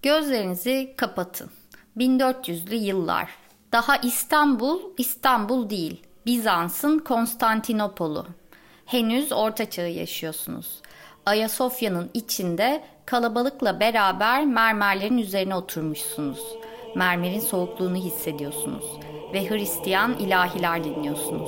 Gözlerinizi kapatın. 1400'lü yıllar. Daha İstanbul, İstanbul değil. Bizans'ın Konstantinopol'u. Henüz Orta Çağ'ı yaşıyorsunuz. Ayasofya'nın içinde kalabalıkla beraber mermerlerin üzerine oturmuşsunuz. Mermerin soğukluğunu hissediyorsunuz ve Hristiyan ilahiler dinliyorsunuz.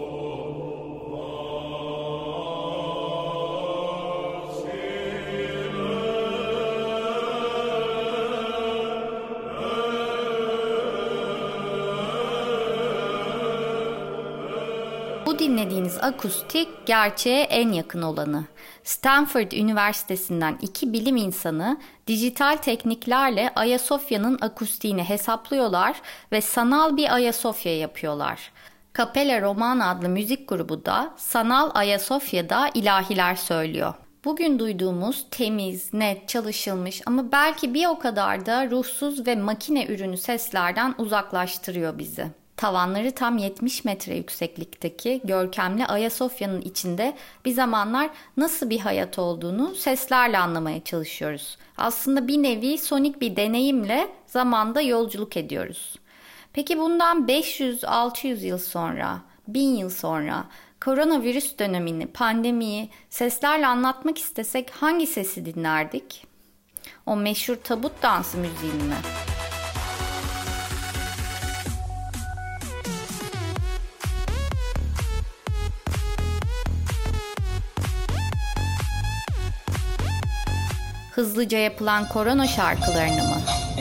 Bu dinlediğiniz akustik gerçeğe en yakın olanı. Stanford Üniversitesi'nden 2 bilim insanı dijital tekniklerle Ayasofya'nın akustiğini hesaplıyorlar ve sanal bir Ayasofya yapıyorlar. Capella Romana adlı müzik grubu da sanal Ayasofya'da ilahiler söylüyor. Bugün duyduğumuz temiz, net, çalışılmış ama belki bir o kadar da ruhsuz ve makine ürünü seslerden uzaklaştırıyor bizi. Tavanları tam 70 metre yükseklikteki görkemli Ayasofya'nın içinde bir zamanlar nasıl bir hayat olduğunu seslerle anlamaya çalışıyoruz. Aslında bir nevi sonik bir deneyimle zamanda yolculuk ediyoruz. Peki bundan 500-600 yıl sonra, 1000 yıl sonra koronavirüs dönemini, pandemiyi seslerle anlatmak istesek hangi sesi dinlerdik? O meşhur tabut dansı müziğini mi? Hızlıca yapılan korona şarkılarını mı?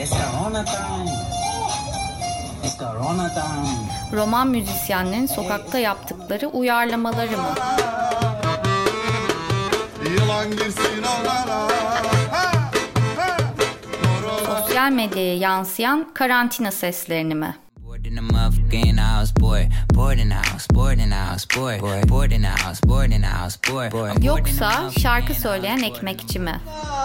Roman müzisyenlerin sokakta yaptıkları uyarlamaları mı? Sosyal medyaya yansıyan karantina seslerini mi? Yoksa şarkı söyleyen ekmekçi mi?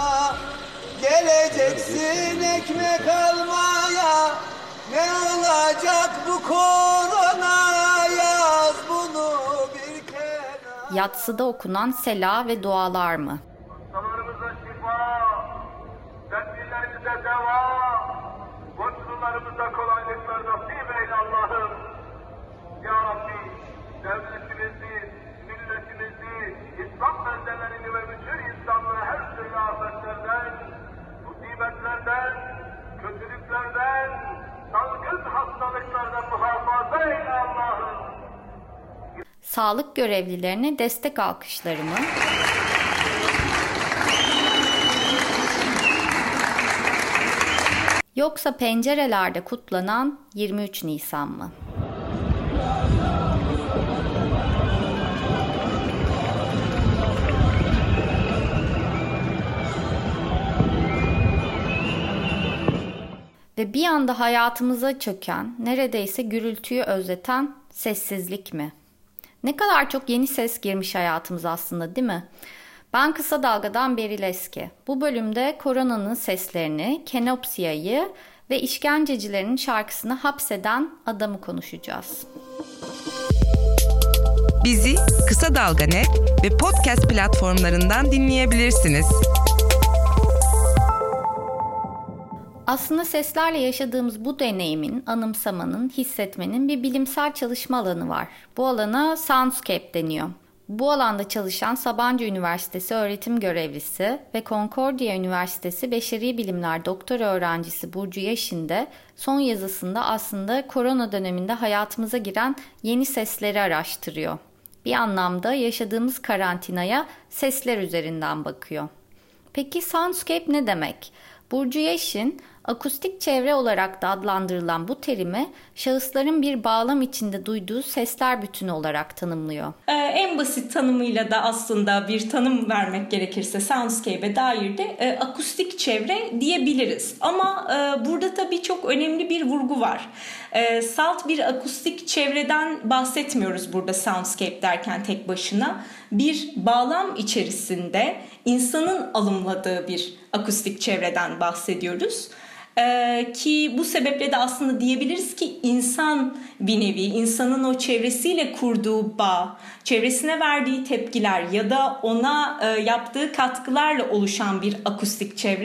Geleceksin ekmek almaya, ne olacak bu korona, yaz bunu bir kenara. Yatsıda okunan sela ve dualar mı? Hastalarımıza şifa, dertlilerimize deva, borçlularımıza kolaylıklar nasip eyle Allah'ım. Ya Rabbi, devletimizi, milletimizi, İslam beldelerini ve bütün İslam'ı her türlü afetlerden, musibetlerden, kötülüklerden, salgın hastalıklardan muhafaza eyle Allah'ım. Sağlık görevlilerine destek alkışları mı? Yoksa pencerelerde kutlanan 23 Nisan mı? Ve bir anda hayatımıza çöken, neredeyse gürültüyü özleten sessizlik mi? Ne kadar çok yeni ses girmiş hayatımıza aslında, değil mi? Ben Kısa Dalga'dan Beril Eski. Bu bölümde koronanın seslerini, kenopsiyayı ve işkencecilerin şarkısını hapseden adamı konuşacağız. Bizi Kısa Dalga.net ve podcast platformlarından dinleyebilirsiniz. Aslında seslerle yaşadığımız bu deneyimin, anımsamanın, hissetmenin bir bilimsel çalışma alanı var. Bu alana Soundscape deniyor. Bu alanda çalışan Sabancı Üniversitesi öğretim görevlisi ve Concordia Üniversitesi Beşeri Bilimler doktora öğrencisi Burcu Yaşin de son yazısında aslında korona döneminde hayatımıza giren yeni sesleri araştırıyor. Bir anlamda yaşadığımız karantinaya sesler üzerinden bakıyor. Peki Soundscape ne demek? Burcu Yaşin, akustik çevre olarak da adlandırılan bu terimi şahısların bir bağlam içinde duyduğu sesler bütünü olarak tanımlıyor. En basit tanımıyla da aslında bir tanım vermek gerekirse soundscape'e dair de akustik çevre diyebiliriz. Ama burada tabii çok önemli bir vurgu var. Salt bir akustik çevreden bahsetmiyoruz burada soundscape derken tek başına. Bir bağlam içerisinde insanın alımladığı bir akustik çevreden bahsediyoruz. Ki bu sebeple de aslında diyebiliriz ki insan bir nevi, insanın o çevresiyle kurduğu bağ, çevresine verdiği tepkiler ya da ona yaptığı katkılarla oluşan bir akustik çevre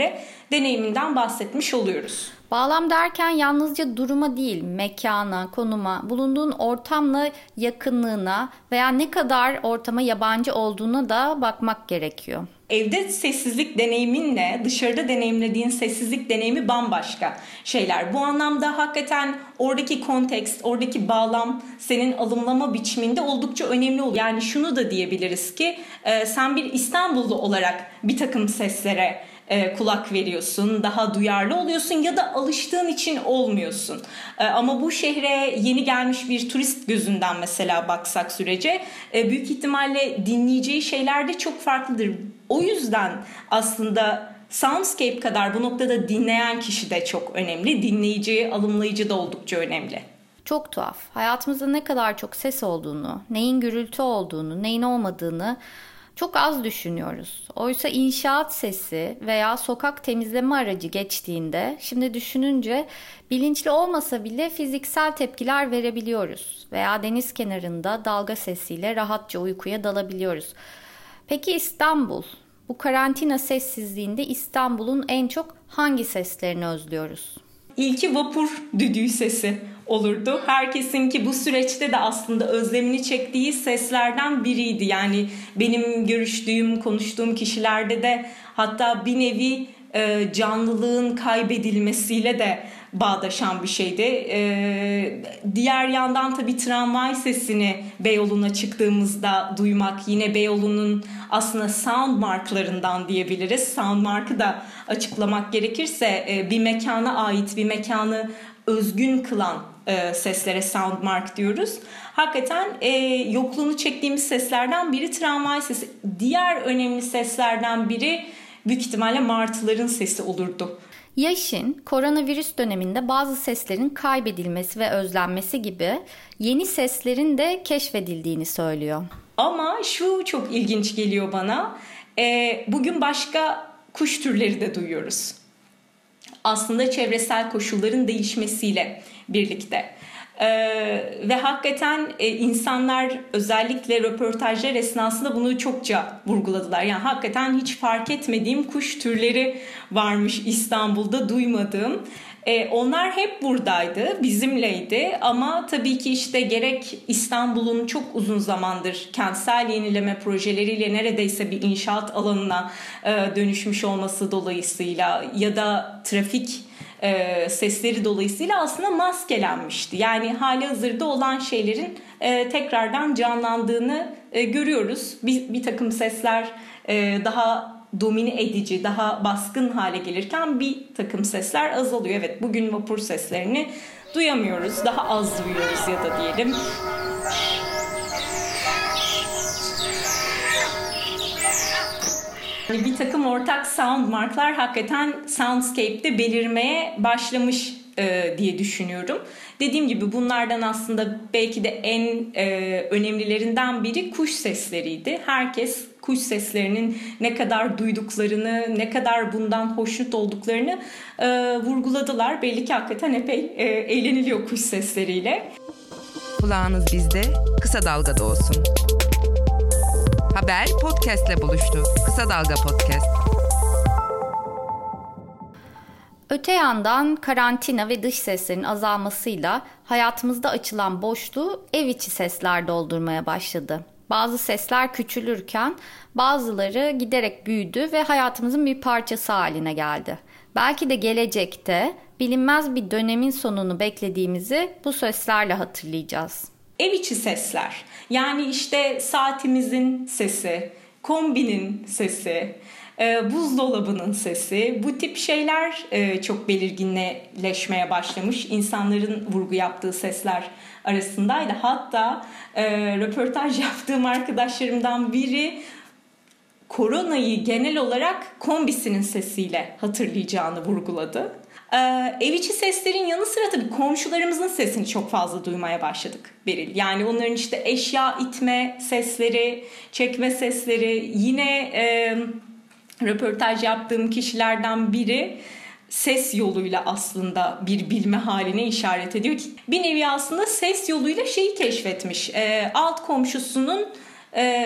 deneyiminden bahsetmiş oluyoruz. Bağlam derken yalnızca duruma değil, mekana, konuma, bulunduğun ortamla yakınlığına veya ne kadar ortama yabancı olduğuna da bakmak gerekiyor. Evde sessizlik deneyiminle dışarıda deneyimlediğin sessizlik deneyimi bambaşka şeyler. Bu anlamda hakikaten oradaki kontekst, oradaki bağlam senin alımlama biçiminde oldukça önemli oluyor. Yani şunu da diyebiliriz ki sen bir İstanbullu olarak bir takım seslere kulak veriyorsun, daha duyarlı oluyorsun ya da alıştığın için olmuyorsun. Ama bu şehre yeni gelmiş bir turist gözünden mesela baksak sürece büyük ihtimalle dinleyeceği şeyler de çok farklıdır. O yüzden aslında soundscape kadar bu noktada dinleyen kişi de çok önemli. Dinleyici, alımlayıcı da oldukça önemli. Çok tuhaf. Hayatımızda ne kadar çok ses olduğunu, neyin gürültü olduğunu, neyin olmadığını çok az düşünüyoruz. Oysa inşaat sesi veya sokak temizleme aracı geçtiğinde şimdi düşününce bilinçli olmasa bile fiziksel tepkiler verebiliyoruz. Veya deniz kenarında dalga sesiyle rahatça uykuya dalabiliyoruz. Peki İstanbul? Bu karantina sessizliğinde İstanbul'un en çok hangi seslerini özlüyoruz? İlki vapur düdüğü sesi olurdu. Herkesinki bu süreçte de aslında özlemini çektiği seslerden biriydi. Yani benim görüştüğüm, konuştuğum kişilerde de hatta bir nevi canlılığın kaybedilmesiyle de bağdaşan bir şeydi. Diğer yandan tabii tramvay sesini Beyoğlu'na çıktığımızda duymak, yine Beyoğlu'nun aslında sound marklarından diyebiliriz. Sound markı da açıklamak gerekirse bir mekana ait, bir mekanı özgün kılan seslere sound mark diyoruz. Hakikaten yokluğunu çektiğimiz seslerden biri tramvay sesi. Diğer önemli seslerden biri büyük ihtimalle martıların sesi olurdu. Yaşin, koronavirüs döneminde bazı seslerin kaybedilmesi ve özlenmesi gibi yeni seslerin de keşfedildiğini söylüyor. Ama şu çok ilginç geliyor bana. Bugün başka kuş türleri de duyuyoruz. Aslında çevresel koşulların değişmesiyle birlikte. Ve hakikaten insanlar özellikle röportajlar esnasında bunu çokça vurguladılar. Yani hakikaten hiç fark etmediğim kuş türleri varmış İstanbul'da, duymadığım. Onlar hep buradaydı, bizimleydi ama tabii ki işte gerek İstanbul'un çok uzun zamandır kentsel yenileme projeleriyle neredeyse bir inşaat alanına dönüşmüş olması dolayısıyla ya da trafik sesleri dolayısıyla aslında maskelenmişti. Yani hali hazırda olan şeylerin tekrardan canlandığını görüyoruz. Bir takım sesler daha domine edici, daha baskın hale gelirken bir takım sesler azalıyor. Evet, bugün vapur seslerini duyamıyoruz, daha az duyuyoruz ya da diyelim. Bir takım ortak sound marklar hakikaten soundscape'de belirmeye başlamış diye düşünüyorum. Dediğim gibi bunlardan aslında belki de en önemlilerinden biri kuş sesleriydi. Herkes kuş seslerinin ne kadar duyduklarını, ne kadar bundan hoşnut olduklarını vurguladılar. Belli ki hakikaten epey eğleniliyor kuş sesleriyle. Kulağınız bizde, Kısa Dalga'da olsun. Haber podcast'le buluştu. Kısa Dalga Podcast. Öte yandan karantina ve dış seslerin azalmasıyla hayatımızda açılan boşluğu ev içi sesler doldurmaya başladı. Bazı sesler küçülürken bazıları giderek büyüdü ve hayatımızın bir parçası haline geldi. Belki de gelecekte bilinmez bir dönemin sonunu beklediğimizi bu seslerle hatırlayacağız. Ev içi sesler, yani işte saatimizin sesi, kombinin sesi, buzdolabının sesi, bu tip şeyler çok belirginleşmeye başlamış. İnsanların vurgu yaptığı sesler arasındaydı. Hatta röportaj yaptığım arkadaşlarımdan biri koronayı genel olarak kombisinin sesiyle hatırlayacağını vurguladı. Ev içi seslerin yanı sıra tabii komşularımızın sesini çok fazla duymaya başladık Beril. Yani onların işte eşya itme sesleri, çekme sesleri. Yine röportaj yaptığım kişilerden biri ses yoluyla aslında bir bilme haline işaret ediyor ki bir nevi aslında ses yoluyla şeyi keşfetmiş. Alt komşusunun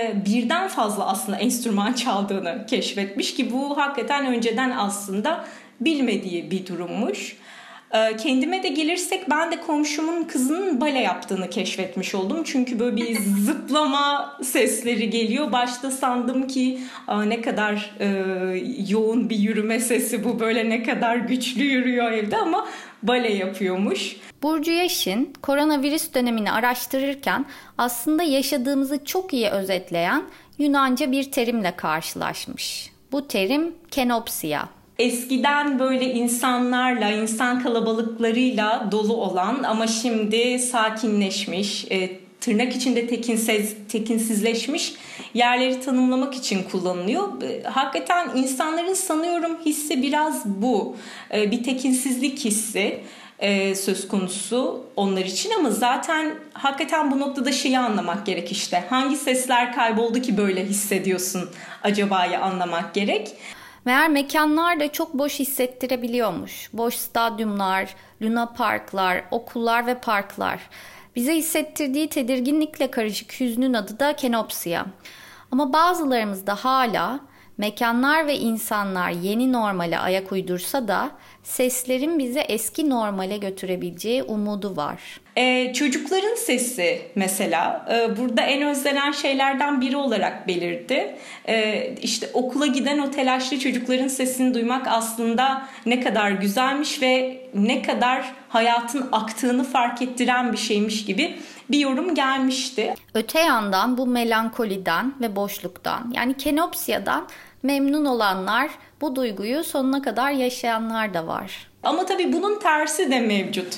birden fazla aslında enstrüman çaldığını keşfetmiş ki bu hakikaten önceden aslında bilmediği bir durummuş. Kendime de gelirsek ben de komşumun kızının bale yaptığını keşfetmiş oldum. Çünkü böyle bir zıplama sesleri geliyor. Başta sandım ki ne kadar yoğun bir yürüme sesi bu, böyle ne kadar güçlü yürüyor evde, ama bale yapıyormuş. Burcu Yaşin koronavirüs dönemini araştırırken aslında yaşadığımızı çok iyi özetleyen Yunanca bir terimle karşılaşmış. Bu terim kenopsia. Eskiden böyle insanlarla, insan kalabalıklarıyla dolu olan ama şimdi sakinleşmiş, tırnak içinde tekinsizleşmiş yerleri tanımlamak için kullanılıyor. Hakikaten insanların sanıyorum hissi biraz bu. Bir tekinsizlik hissi söz konusu onlar için, ama zaten hakikaten bu noktada şeyi anlamak gerek işte. Hangi sesler kayboldu ki böyle hissediyorsun acaba'yı anlamak gerek. Meğer mekanlar da çok boş hissettirebiliyormuş. Boş stadyumlar, luna parklar, okullar ve parklar. Bize hissettirdiği tedirginlikle karışık hüznün adı da kenopsia. Ama bazılarımızda hala mekanlar ve insanlar yeni normale ayak uydursa da seslerin bizi eski normale götürebileceği umudu var. Çocukların sesi mesela burada en özlenen şeylerden biri olarak belirdi. İşte okula giden o telaşlı çocukların sesini duymak aslında ne kadar güzelmiş ve ne kadar hayatın aktığını fark ettiren bir şeymiş gibi bir yorum gelmişti. Öte yandan bu melankoliden ve boşluktan, yani kenopsiyadan memnun olanlar, bu duyguyu sonuna kadar yaşayanlar da var. Ama tabii bunun tersi de mevcut.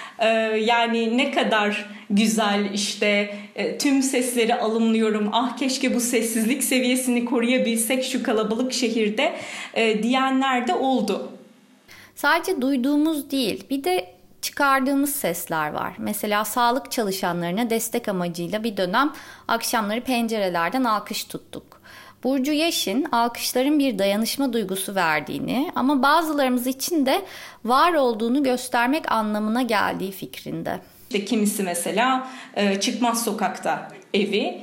Yani ne kadar güzel işte tüm sesleri alımlıyorum, ah keşke bu sessizlik seviyesini koruyabilsek şu kalabalık şehirde diyenler de oldu. Sadece duyduğumuz değil, bir de çıkardığımız sesler var. Mesela sağlık çalışanlarına destek amacıyla bir dönem akşamları pencerelerden alkış tuttuk. Burcu Yaşin alkışların bir dayanışma duygusu verdiğini ama bazılarımız için de var olduğunu göstermek anlamına geldiği fikrinde. İşte kimisi mesela çıkmaz sokakta evi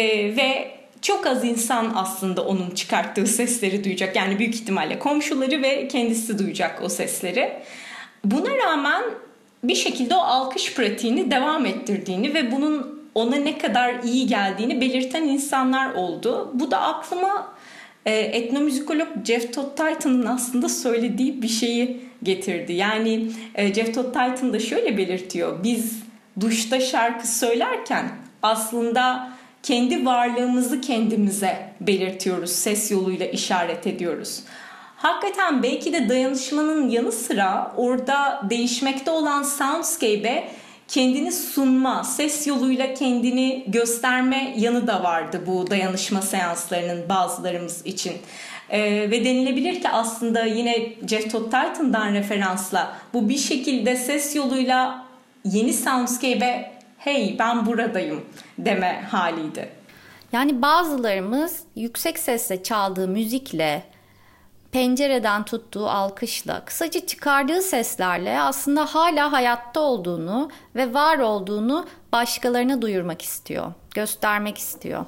ve çok az insan aslında onun çıkarttığı sesleri duyacak. Yani büyük ihtimalle komşuları ve kendisi duyacak o sesleri. Buna rağmen bir şekilde o alkış pratiğini devam ettirdiğini ve bunun ona ne kadar iyi geldiğini belirten insanlar oldu. Bu da aklıma etnomüzikolog Jeff Todd Titan'ın aslında söylediği bir şeyi getirdi. Yani Jeff Todd Titan da şöyle belirtiyor. Biz duşta şarkı söylerken aslında kendi varlığımızı kendimize belirtiyoruz. Ses yoluyla işaret ediyoruz. Hakikaten belki de dayanışmanın yanı sıra orada değişmekte olan soundscape'e kendini sunma, ses yoluyla kendini gösterme yanı da vardı bu dayanışma seanslarının bazılarımız için. Ve denilebilir ki aslında yine Jeff Todd Titan'dan referansla bu bir şekilde ses yoluyla yeni soundscape'e hey ben buradayım deme haliydi. Yani bazılarımız yüksek sesle çaldığı müzikle, pencereden tuttuğu alkışla, kısaca çıkardığı seslerle aslında hala hayatta olduğunu ve var olduğunu başkalarına duyurmak istiyor, göstermek istiyor.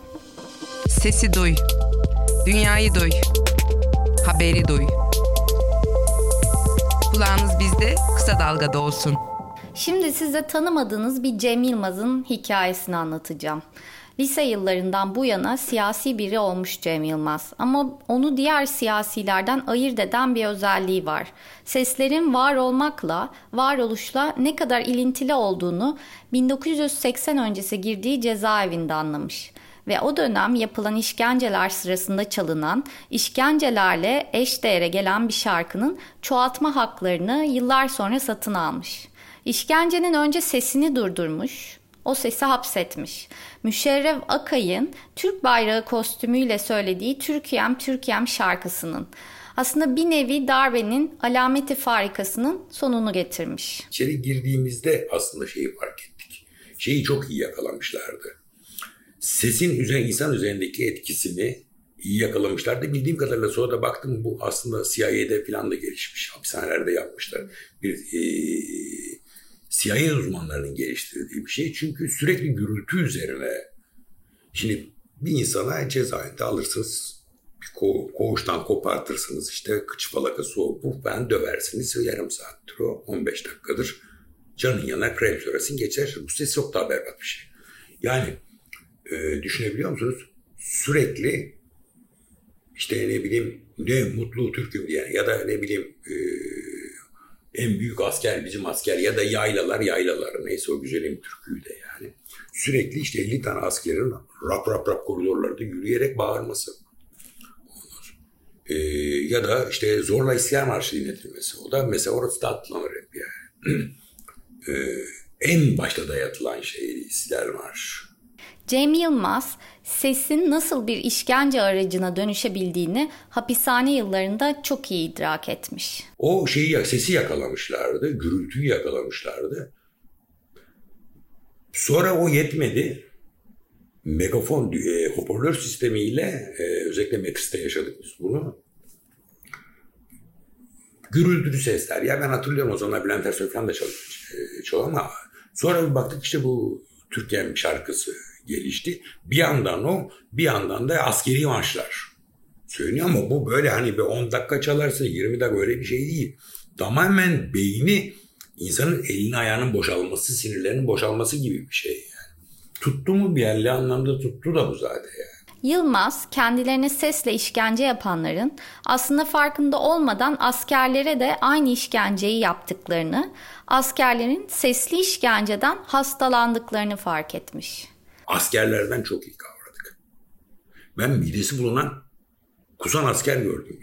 Sesi duy, dünyayı duy, haberi duy. Kulağınız bizde, kısa dalgada olsun. Şimdi size tanımadığınız bir Cem Yılmaz'ın hikayesini anlatacağım. Lise yıllarından bu yana siyasi biri olmuş Cem Yılmaz ama onu diğer siyasilerden ayırt eden bir özelliği var. Seslerin var olmakla, varoluşla ne kadar ilintili olduğunu 1980 öncesi girdiği cezaevinde anlamış. Ve o dönem yapılan işkenceler sırasında çalınan, işkencelerle eşdeğere gelen bir şarkının çoğaltma haklarını yıllar sonra satın almış. İşkencenin önce sesini durdurmuş, o sesi hapsetmiş. Müşerref Akay'ın Türk bayrağı kostümüyle söylediği Türkiye'm Türkiye'm şarkısının aslında bir nevi darbenin alameti farikasının sonunu getirmiş. İçeri girdiğimizde aslında şeyi fark ettik. Şeyi çok iyi yakalamışlardı. Sesin insan üzerindeki etkisini iyi yakalamışlardı. Bildiğim kadarıyla sonra da baktım bu aslında CIA'de falan da gelişmiş. Hapishanelerde yapmışlar. Bir CIA uzmanlarının geliştirdiği bir şey. Çünkü sürekli gürültü üzerine. Şimdi bir insana cezaevinde alırsınız. koğuştan kopartırsınız işte kıç falakası bu ben döversiniz yarım saattir o 15 dakikadır canın yanar krem süresin geçer bu ses çok daha berbat bir şey. Yani düşünebiliyor musunuz? Sürekli işte ne bileyim ne mutlu Türk'üm diye ya da ne bileyim en büyük asker bizim asker ya da yaylalar neyse o güzelim türküyü de yani. Sürekli işte 50 tane askerin rap koridorlarda yürüyerek bağırması. Ya da işte zorla İstiklal Marşı dinletilmesi. O da mesela orası da atlanır hep yani. En başta dayatılan şey İstiklal Marşı. Cem Yılmaz, sesin nasıl bir işkence aracına dönüşebildiğini hapishane yıllarında çok iyi idrak etmiş. O sesi yakalamışlardı, gürültüyü yakalamışlardı. Sonra o yetmedi. Megafon, hoparlör sistemiyle özellikle Max'te yaşadık biz bunu. Gürültülü sesler. Ya ben hatırlıyorum o zamanlar Bülent Ersoy falan da çalıyor ama sonra bir baktık işte bu Türkiye'nin şarkısı gelişti. Bir yandan da askeri marşlar söyleniyor ama bu böyle hani bir 10 dakika çalarsın 20 dakika öyle bir şey değil. Tamamen beyni insanın elini ayağının boşalması, sinirlerinin boşalması gibi bir şey yani. Tuttu mu bir yerli anlamda tuttu da bu zaten yani. Yılmaz, kendilerine sesle işkence yapanların aslında farkında olmadan askerlere de aynı işkenceyi yaptıklarını, askerlerin sesli işkenceden hastalandıklarını fark etmiş. Askerlerden çok iyi kavradık. Ben midesi bulunan kusan asker gördüm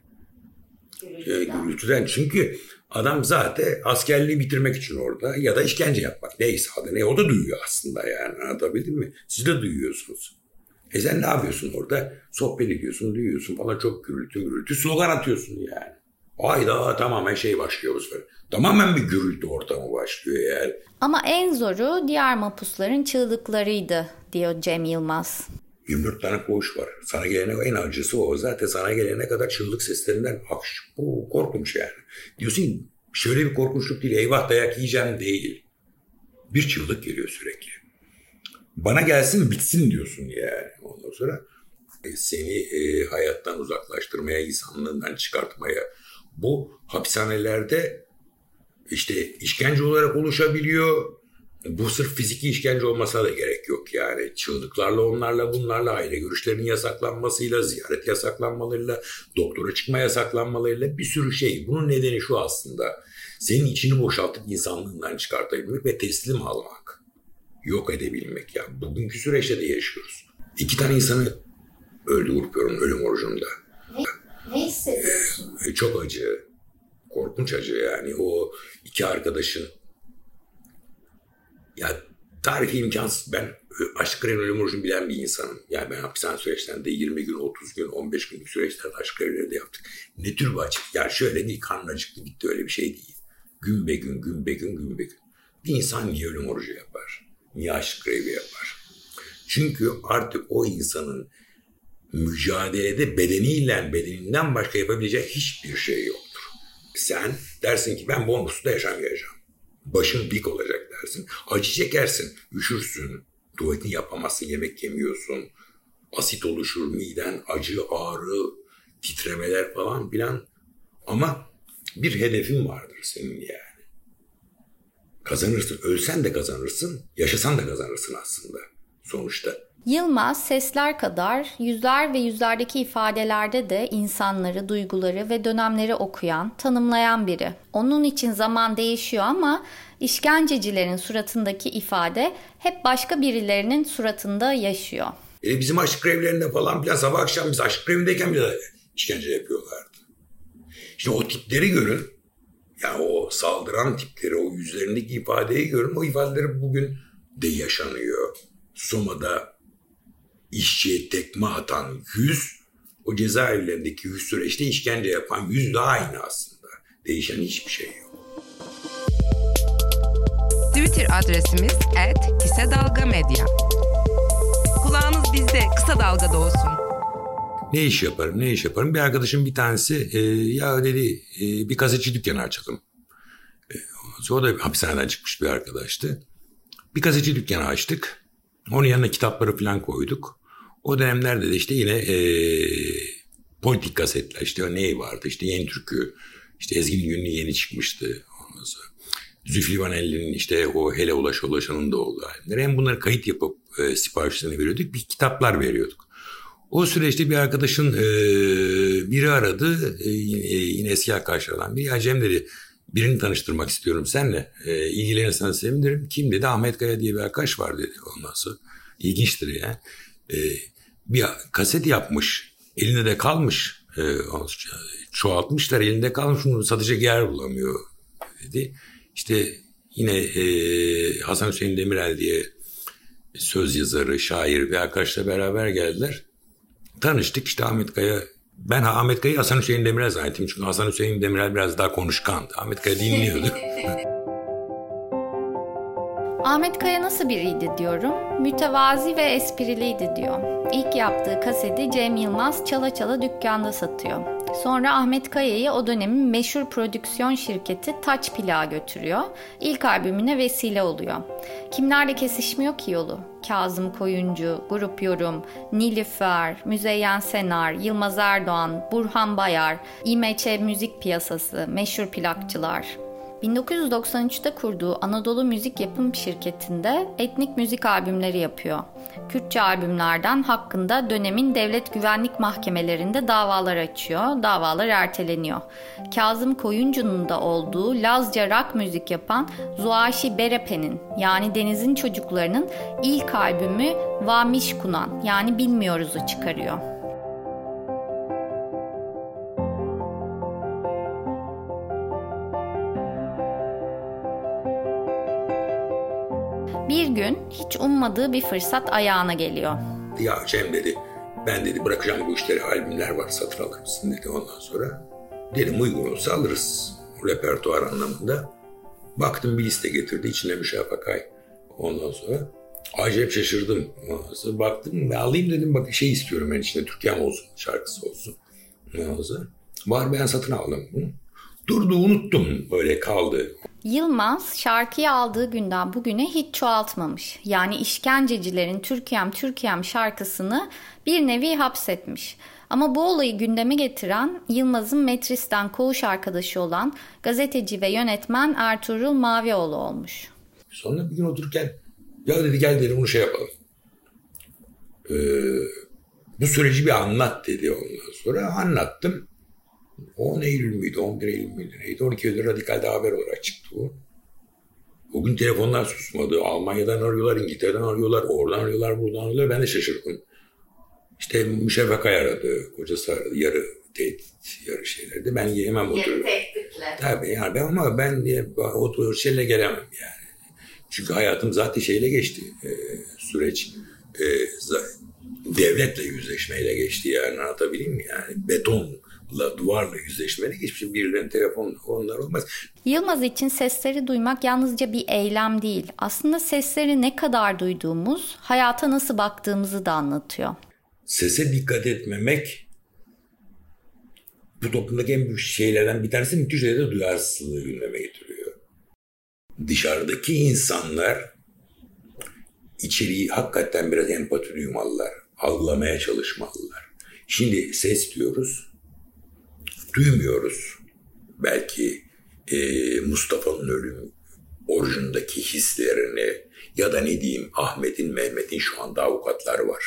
yani. Gürültüden çünkü adam zaten askerliği bitirmek için orada ya da işkence yapmak neyse adı ne o da duyuyor aslında yani anlatabildim mi? Siz de duyuyorsunuz. Sen ne yapıyorsun orada? Sohbet ediyorsun, duyuyorsun falan çok gürültü slogan atıyorsun yani. Hayda tamamen başlıyor bu sefer. Tamamen bir gürültü ortamı başlıyor yani. Ama en zoru diğer mapusların çığlıklarıydı diyor Cem Yılmaz. 24 tane koğuş var. Sana gelene en acısı o. Zaten sana gelene kadar çığlık seslerinden bu korkunç yani. Diyorsun şöyle bir korkunçluk değil. Eyvah dayak yiyeceğim değil. Bir çığlık geliyor sürekli. Bana gelsin bitsin diyorsun yani. Ondan sonra seni hayattan uzaklaştırmaya, insanlığından çıkartmaya. Bu hapishanelerde işte işkence olarak oluşabiliyor. Bu sırf fiziki işkence olmasına da gerek yok yani. Çığlıklarla onlarla bunlarla aile görüşlerinin yasaklanmasıyla, ziyaret yasaklanmalarıyla, doktora çıkma yasaklanmalarıyla bir sürü şey. Bunun nedeni şu aslında. Senin içini boşaltıp insanlığından çıkartabilmek ve teslim almak. Yok edebilmek ya. Bugünkü süreçte de yaşıyoruz. 2 tane insanı öldürüyorum ölüm orucunda. Ne hissediyorsun? Çok acı. Korkunç acı yani. O 2 arkadaşın ya tarifi imkansız. Ben aşk kremi ölüm orucunu bilen bir insanım. Yani ben hapishane süreçlerinde 20 gün, 30 gün, 15 günlük süreçlerde aşk kremleri de yaptık. Ne tür bir acı? Yani şöyle değil karnın acıktı bitti öyle bir şey değil. Gün be gün. Bir insan niye ölüm orucu yapar? Niye aşk grevi yapar? Çünkü artık o insanın mücadelede bedeninden başka yapabileceği hiçbir şey yoktur. Sen dersin ki ben bonusda yaşamayacağım. Başın dik olacak dersin. Acı çekersin, üşürsün. Tuvaletini yapamazsın, yemek yemiyorsun. Asit oluşur miden, acı, ağrı, titremeler falan filan. Ama bir hedefin vardır senin yani. Kazanırsın. Ölsen de kazanırsın, yaşasan da kazanırsın aslında sonuçta. Yılmaz sesler kadar yüzler ve yüzlerdeki ifadelerde de insanları, duyguları ve dönemleri okuyan, tanımlayan biri. Onun için zaman değişiyor ama işkencecilerin suratındaki ifade hep başka birilerinin suratında yaşıyor. Bizim aşk grevlerinde falan filan sabah akşam biz aşk grevindeyken bile işkence yapıyorlardı. İşte o tipleri görün. Yani o saldıran tipleri, o yüzlerindeki ifadeyi görün. O ifadeleri bugün de yaşanıyor. Soma'da işçiye tekme atan yüz, o cezaevlerindeki yüz süreçte işkence yapan yüz de aynı aslında. Değişen hiçbir şey yok. Twitter adresimiz @kisadalgamedya. Kulağınız bizde, Kısa Dalga'da olsun. Ne iş yaparım? Bir arkadaşım bir tanesi ya dedi bir gazeteci dükkanı açalım. O da hapishaneden çıkmış bir arkadaştı. Bir gazeteci dükkanı açtık. Onun yanına kitapları falan koyduk. O dönemlerde de işte yine politik kasetler, işte ne vardı, işte Yeni Türkü, işte Ezgi'nin Günlüğü yeni çıkmıştı. Ondan sonra Zülfü Livaneli'nin işte o Hele Ulaş Ulaşan'ın da olduğu albümleri. Hem bunları kayıt yapıp siparişlerini veriyorduk, bir kitaplar veriyorduk. O süreçte bir arkadaşın biri aradı, yine eski arkadaşlardan biri. Ya Cem dedi, birini tanıştırmak istiyorum seninle, ilgilenirsen sevinirim. Kim dedi? Ahmet Kaya diye bir arkadaş var dedi. Ondan sonra ilginçtir ya. Bir kaset yapmış, elinde de kalmış, çoğaltmışlar, elinde kalmış, bunu satacak yer bulamıyor dedi. İşte yine Hasan Hüseyin Demirel diye söz yazarı, şair bir arkadaşla beraber geldiler. Tanıştık işte Ahmet Kaya. Ben Ahmet Kaya'yı Hasan Hüseyin Demirel zannettim. Çünkü Hasan Hüseyin Demirel biraz daha konuşkandı. Ahmet Kaya dinliyordu. Ahmet Kaya nasıl biriydi diyorum. Mütevazi ve espriliydi diyor. İlk yaptığı kaseti Cem Yılmaz çala çala dükkanda satıyor. Sonra Ahmet Kaya'yı o dönemin meşhur prodüksiyon şirketi Taç Plak'a götürüyor. İlk albümüne vesile oluyor. Kimlerle kesişmiyor ki yolu? Kazım Koyuncu, Grup Yorum, Nilüfer, Müzeyyen Senar, Yılmaz Erdoğan, Burhan Bayar, İMÇ Müzik Piyasası, meşhur plakçılar. 1993'te kurduğu Anadolu Müzik Yapım Şirketi'nde etnik müzik albümleri yapıyor. Kürtçe albümlerden hakkında dönemin devlet güvenlik mahkemelerinde davalar açıyor, davalar erteleniyor. Kazım Koyuncu'nun da olduğu Lazca rock müzik yapan Zuaşi Berepe'nin yani Deniz'in Çocukları'nın ilk albümü Vamiş Kunan yani Bilmiyoruz'u çıkarıyor. Bir gün hiç ummadığı bir fırsat ayağına geliyor. Ya Cem dedi, ben dedi bırakacağım bu işleri, albümler var, satın alır mısın dedi. Ondan sonra dedim uygun olsa alırız repertuar anlamında. Baktım bir liste getirdi, içine Müşafak Akay. Ondan sonra acayip şaşırdım. Ondan sonra baktım alayım dedim, bak şey istiyorum ben, içinde Türkan olsun, şarkısı olsun. Ondan sonra var, ben satın aldım bunu. Durdu, unuttum, böyle kaldı. Yılmaz şarkıyı aldığı günden bugüne hiç çoğaltmamış. Yani işkencecilerin Türkiye'm Türkiye'm şarkısını bir nevi hapsetmiş. Ama bu olayı gündeme getiren Yılmaz'ın Metris'ten koğuş arkadaşı olan gazeteci ve yönetmen Ertuğrul Mavioğlu olmuş. Sonra bir gün otururken ya dedi gel dedi bunu şey yapalım. Bu süreci bir anlat dedi ondan sonra. Anlattım. 10 Eylül müydü, 11 Eylül müydü neydi? 12 Eylül Radikal'de haber olarak çıktı bu. O gün telefonlar susmadı. Almanya'dan arıyorlar, İngiltere'den arıyorlar, oradan arıyorlar, buradan arıyorlar. Ben de şaşırdım. İşte Müşafak Akay aradı, kocası aradı. Yarı tehdit, yarı şeylerdi. Ben yemem otururum. Yarı tehditle. Tabii yani ama ben o şeyle gelemem yani. Çünkü hayatım zaten şeyle geçti. Süreç devletle yüzleşmeyle geçti yani, anlatabileyim mi? Yani betonla, duvarla yüzleşmeyle geçmiş. Birilerinin telefonla onlar olmaz. Yılmaz için sesleri duymak yalnızca bir eylem değil. Aslında sesleri ne kadar duyduğumuz, hayata nasıl baktığımızı da anlatıyor. Sese dikkat etmemek bu toplumdaki en büyük şeylerden bir tanesi, müthiş derecede duyarsızlığı gündeme getiriyor. Dışarıdaki insanlar içeriği hakikaten biraz empati duymalılar, algılamaya çalışmalılar. Şimdi ses diyoruz, duymuyoruz. Belki Mustafa'nın ölüm orucundaki hislerini ya da ne diyeyim Ahmet'in, Mehmet'in şu anda avukatları var.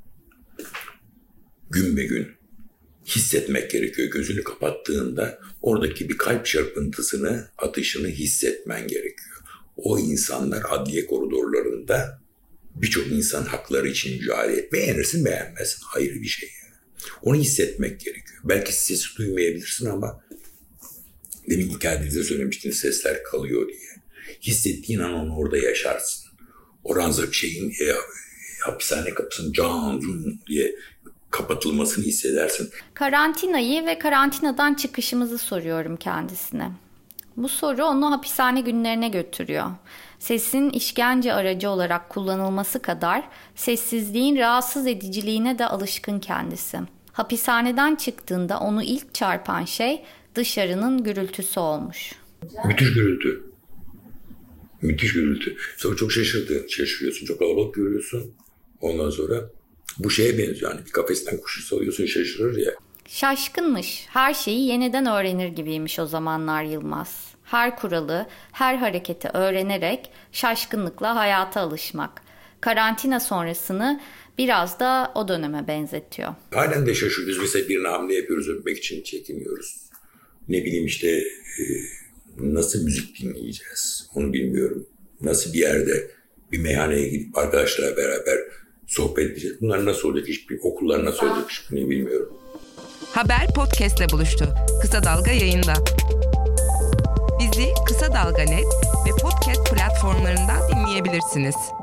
Gün be gün hissetmek gerekiyor. Gözünü kapattığında oradaki bir kalp çarpıntısını, atışını hissetmen gerekiyor. O insanlar adliye koridorlarında birçok insan hakları için mücadele et. Beğenirsin beğenmezsin, ayrı bir şey. Yani. Onu hissetmek gerekiyor. Belki sesi duymayabilirsin ama demin hikayenizde söylemiştiniz, sesler kalıyor diye. Hissettiğin an onu orada yaşarsın. O ranzak şeyin hapishane kapısının can diye kapatılmasını hissedersin. Karantinayı ve karantinadan çıkışımızı soruyorum kendisine. Bu soru onu hapishane günlerine götürüyor. Sesin işkence aracı olarak kullanılması kadar sessizliğin rahatsız ediciliğine de alışkın kendisi. Hapishaneden çıktığında onu ilk çarpan şey dışarının gürültüsü olmuş. Müthiş gürültü. Müthiş gürültü. Sonra çok şaşırıyorsun. Çok kalabalık görüyorsun. Ondan sonra bu şeye benziyor. Yani bir kafesten kuşu salıyorsun, şaşırır ya. Şaşkınmış, her şeyi yeniden öğrenir gibiymiş o zamanlar Yılmaz. Her kuralı, her hareketi öğrenerek şaşkınlıkla hayata alışmak. Karantina sonrasını biraz da o döneme benzetiyor. Halen de şaşırıyoruz. Mesela birine hamle yapıyoruz, öpmek için çekiniyoruz. Ne bileyim işte nasıl müzik dinleyeceğiz onu bilmiyorum. Nasıl bir yerde bir meyhaneye gidip arkadaşlarla beraber sohbet edeceğiz. Bunlar nasıl olacak, hiçbir okullar nasıl olacak hiçbirini bilmiyorum. Haber podcastle buluştu. Kısa Dalga yayında. Bizi Kısa Dalga.net ve podcast platformlarından dinleyebilirsiniz.